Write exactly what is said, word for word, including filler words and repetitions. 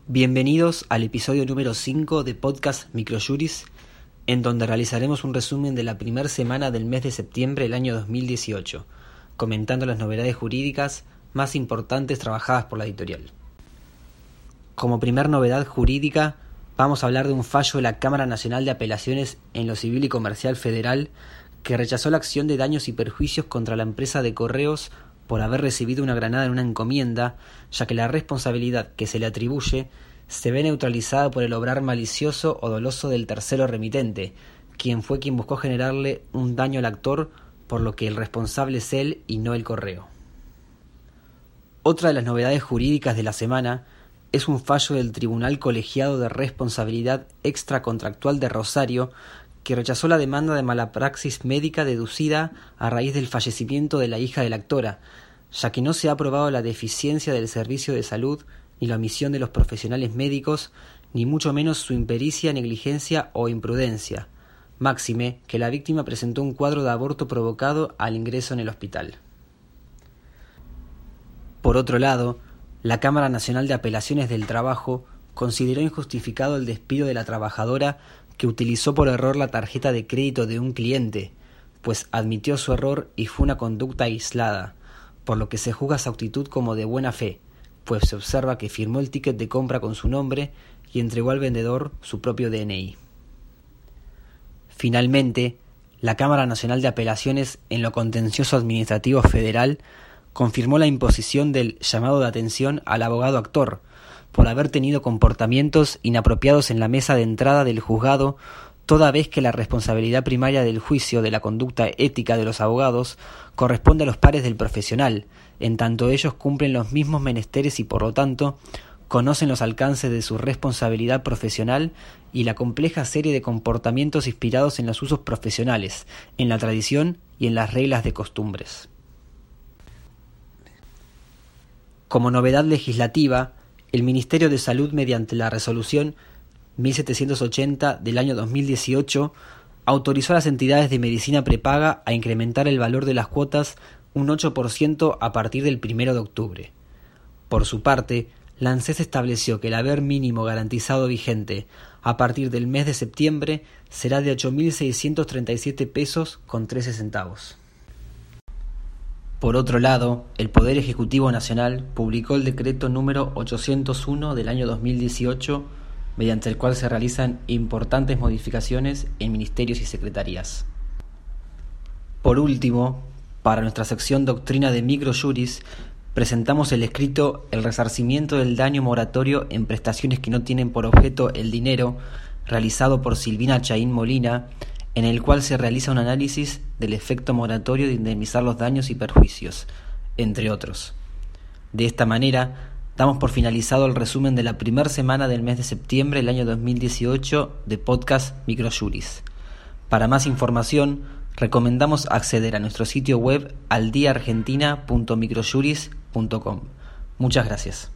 Bienvenidos al episodio número cinco de Podcast Microjuris, en donde realizaremos un resumen de la primera semana del mes de septiembre del año dos mil dieciocho, comentando las novedades jurídicas más importantes trabajadas por la editorial. Como primer novedad jurídica, vamos a hablar de un fallo de la Cámara Nacional de Apelaciones en lo Civil y Comercial Federal que rechazó la acción de daños y perjuicios contra la empresa de correos por haber recibido una granada en una encomienda, ya que la responsabilidad que se le atribuye se ve neutralizada por el obrar malicioso o doloso del tercero remitente, quien fue quien buscó generarle un daño al actor, por lo que el responsable es él y no el correo. Otra de las novedades jurídicas de la semana es un fallo del Tribunal Colegiado de Responsabilidad Extracontractual de Rosario, que rechazó la demanda de mala praxis médica deducida a raíz del fallecimiento de la hija de la actora, ya que no se ha aprobado la deficiencia del servicio de salud ni la omisión de los profesionales médicos, ni mucho menos su impericia, negligencia o imprudencia, máxime que la víctima presentó un cuadro de aborto provocado al ingreso en el hospital. Por otro lado, la Cámara Nacional de Apelaciones del Trabajo consideró injustificado el despido de la trabajadora que utilizó por error la tarjeta de crédito de un cliente, pues admitió su error y fue una conducta aislada, por lo que se juzga su actitud como de buena fe, pues se observa que firmó el ticket de compra con su nombre y entregó al vendedor su propio D N I. Finalmente, la Cámara Nacional de Apelaciones en lo Contencioso Administrativo Federal confirmó la imposición del llamado de atención al abogado actor, por haber tenido comportamientos inapropiados en la mesa de entrada del juzgado, toda vez que la responsabilidad primaria del juicio de la conducta ética de los abogados corresponde a los pares del profesional, en tanto ellos cumplen los mismos menesteres y por lo tanto conocen los alcances de su responsabilidad profesional y la compleja serie de comportamientos inspirados en los usos profesionales, en la tradición y en las reglas de costumbres. Como novedad legislativa, el Ministerio de Salud, mediante la resolución mil setecientos ochenta del año dos mil dieciocho, autorizó a las entidades de medicina prepaga a incrementar el valor de las cuotas un ocho por ciento a partir del primero de octubre. Por su parte, la ANSES estableció que el haber mínimo garantizado vigente a partir del mes de septiembre será de ocho mil seiscientos treinta y siete pesos con trece centavos. Por otro lado, el Poder Ejecutivo Nacional publicó el decreto número ochocientos uno del año dos mil dieciocho, mediante el cual se realizan importantes modificaciones en ministerios y secretarías. Por último, para nuestra sección Doctrina de Microjuris, presentamos el escrito El resarcimiento del daño moratorio en prestaciones que no tienen por objeto el dinero, realizado por Silvina Chaín Molina, en el cual se realiza un análisis del efecto moratorio de indemnizar los daños y perjuicios, entre otros. De esta manera, damos por finalizado el resumen de la primera semana del mes de septiembre del año dos mil dieciocho de Podcast Microjuris. Para más información, recomendamos acceder a nuestro sitio web aldiaargentina punto microjuris punto com. Muchas gracias.